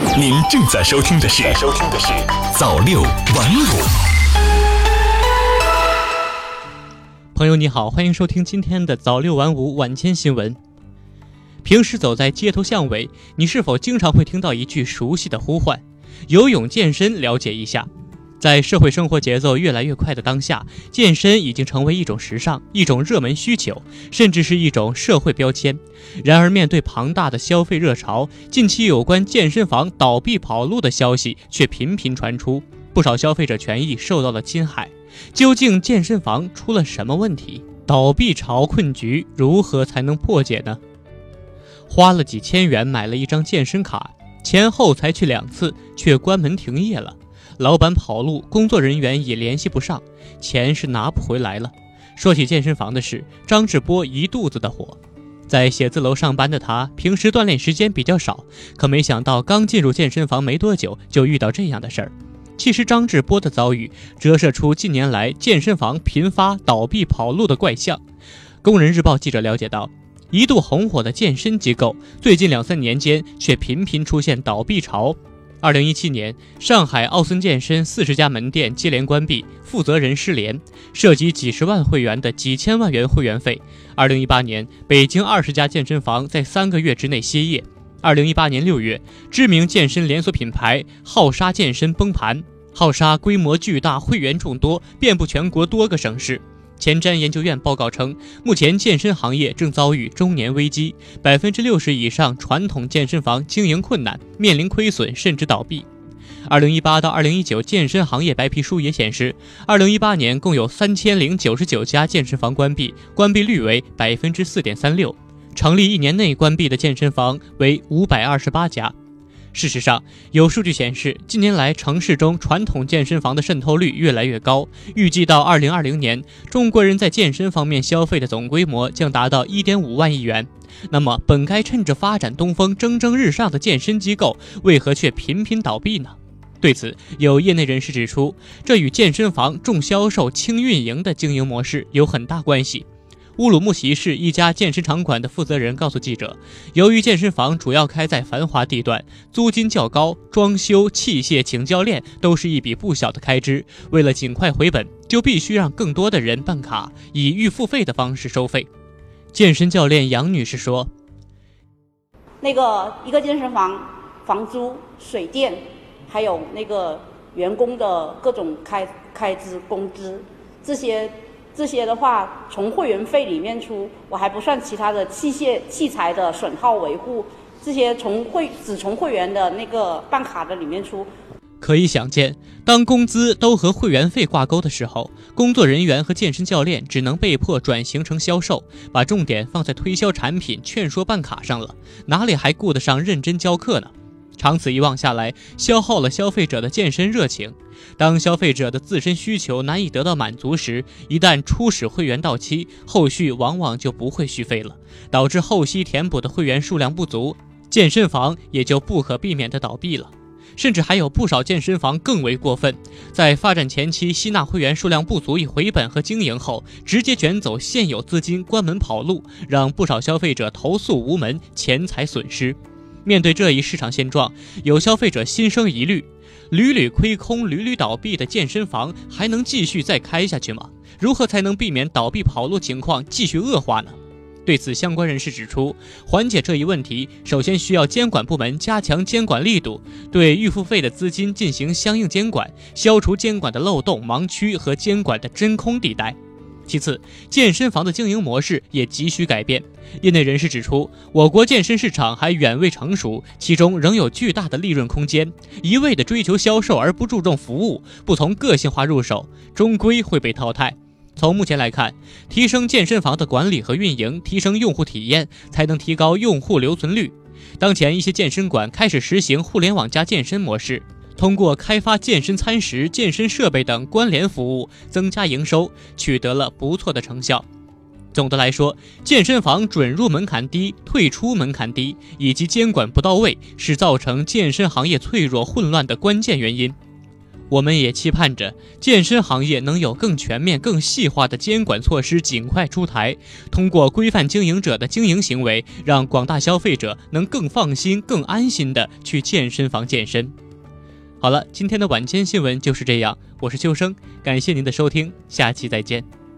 您正在收听的是早六晚五。 朋友你好，欢迎收听今天的早六晚五晚间新闻。平时走在街头巷尾，你是否经常会听到一句熟悉的呼唤：游泳健身，了解一下。在社会生活节奏越来越快的当下，健身已经成为一种时尚，一种热门需求，甚至是一种社会标签。然而面对庞大的消费热潮，近期有关健身房倒闭跑路的消息却频频传出，不少消费者权益受到了侵害。究竟健身房出了什么问题？倒闭潮困局如何才能破解呢？花了几千元买了一张健身卡，前后才去2次，却关门停业了。老板跑路，工作人员也联系不上，钱是拿不回来了。说起健身房的事，张志波一肚子的火。在写字楼上班的他，平时锻炼时间比较少，可没想到刚进入健身房没多久，就遇到这样的事儿。其实张志波的遭遇折射出近年来健身房频发倒闭跑路的怪象。工人日报记者了解到，一度红火的健身机构，最近2-3年间却频频出现倒闭潮。2017年，上海奥森健身40家门店接连关闭，负责人失联，涉及几十万会员的几千万元会员费。2018年，北京20家健身房在3个月之内歇业。2018年6月，知名健身连锁品牌浩沙健身崩盘。浩沙规模巨大，会员众多，遍布全国多个省市。前瞻研究院报告称，目前健身行业正遭遇中年危机，60%以上传统健身房经营困难，面临亏损甚至倒闭。2018到2019健身行业白皮书也显示，2018年共有3099家健身房关闭，关闭率为 4.36%， 成立1年内关闭的健身房为528家。事实上，有数据显示，近年来城市中传统健身房的渗透率越来越高，预计到2020年，中国人在健身方面消费的总规模将达到1.5万亿元。那么，本该趁着发展东风蒸蒸日上的健身机构，为何却频频倒闭呢？对此，有业内人士指出，这与健身房重销售轻运营的经营模式有很大关系。乌鲁木齐市一家健身场馆的负责人告诉记者，由于健身房主要开在繁华地段，租金较高，装修、器械、请教练都是一笔不小的开支，为了尽快回本，就必须让更多的人办卡，以预付费的方式收费。健身教练杨女士说， 一个健身房房租、水电，还有员工的各种开支、工资，这些的话，从会员费里面出，我还不算其他的器材的损耗维护，这些只从会员的办卡的里面出。 可以想见，当工资都和会员费挂钩的时候，工作人员和健身教练只能被迫转型成销售，把重点放在推销产品、劝说办卡上了，哪里还顾得上认真教课呢？长此以往下来，消耗了消费者的健身热情。当消费者的自身需求难以得到满足时，一旦初始会员到期，后续往往就不会续费了，导致后期填补的会员数量不足，健身房也就不可避免的倒闭了。甚至还有不少健身房更为过分，在发展前期吸纳会员数量不足以回本和经营后，直接卷走现有资金关门跑路，让不少消费者投诉无门，钱财损失。面对这一市场现状，有消费者心生疑虑，屡屡亏空、屡屡倒闭的健身房还能继续再开下去吗？如何才能避免倒闭跑路情况继续恶化呢？对此，相关人士指出，缓解这一问题，首先需要监管部门加强监管力度，对预付费的资金进行相应监管，消除监管的漏洞、盲区和监管的真空地带。其次，健身房的经营模式也急需改变。业内人士指出，我国健身市场还远未成熟，其中仍有巨大的利润空间。一味地追求销售而不注重服务，不从个性化入手，终归会被淘汰。从目前来看，提升健身房的管理和运营，提升用户体验，才能提高用户留存率。当前一些健身馆开始实行互联网加健身模式，通过开发健身餐食、健身设备等关联服务，增加营收，取得了不错的成效。总的来说，健身房准入门槛低、退出门槛低，以及监管不到位，是造成健身行业脆弱混乱的关键原因。 我们也期盼着健身行业能有更全面、更细化的监管措施尽快出台，通过规范经营者的经营行为，让广大消费者能更放心、更安心地去健身房健身。好了，今天的晚间新闻就是这样，我是秋生，感谢您的收听，下期再见。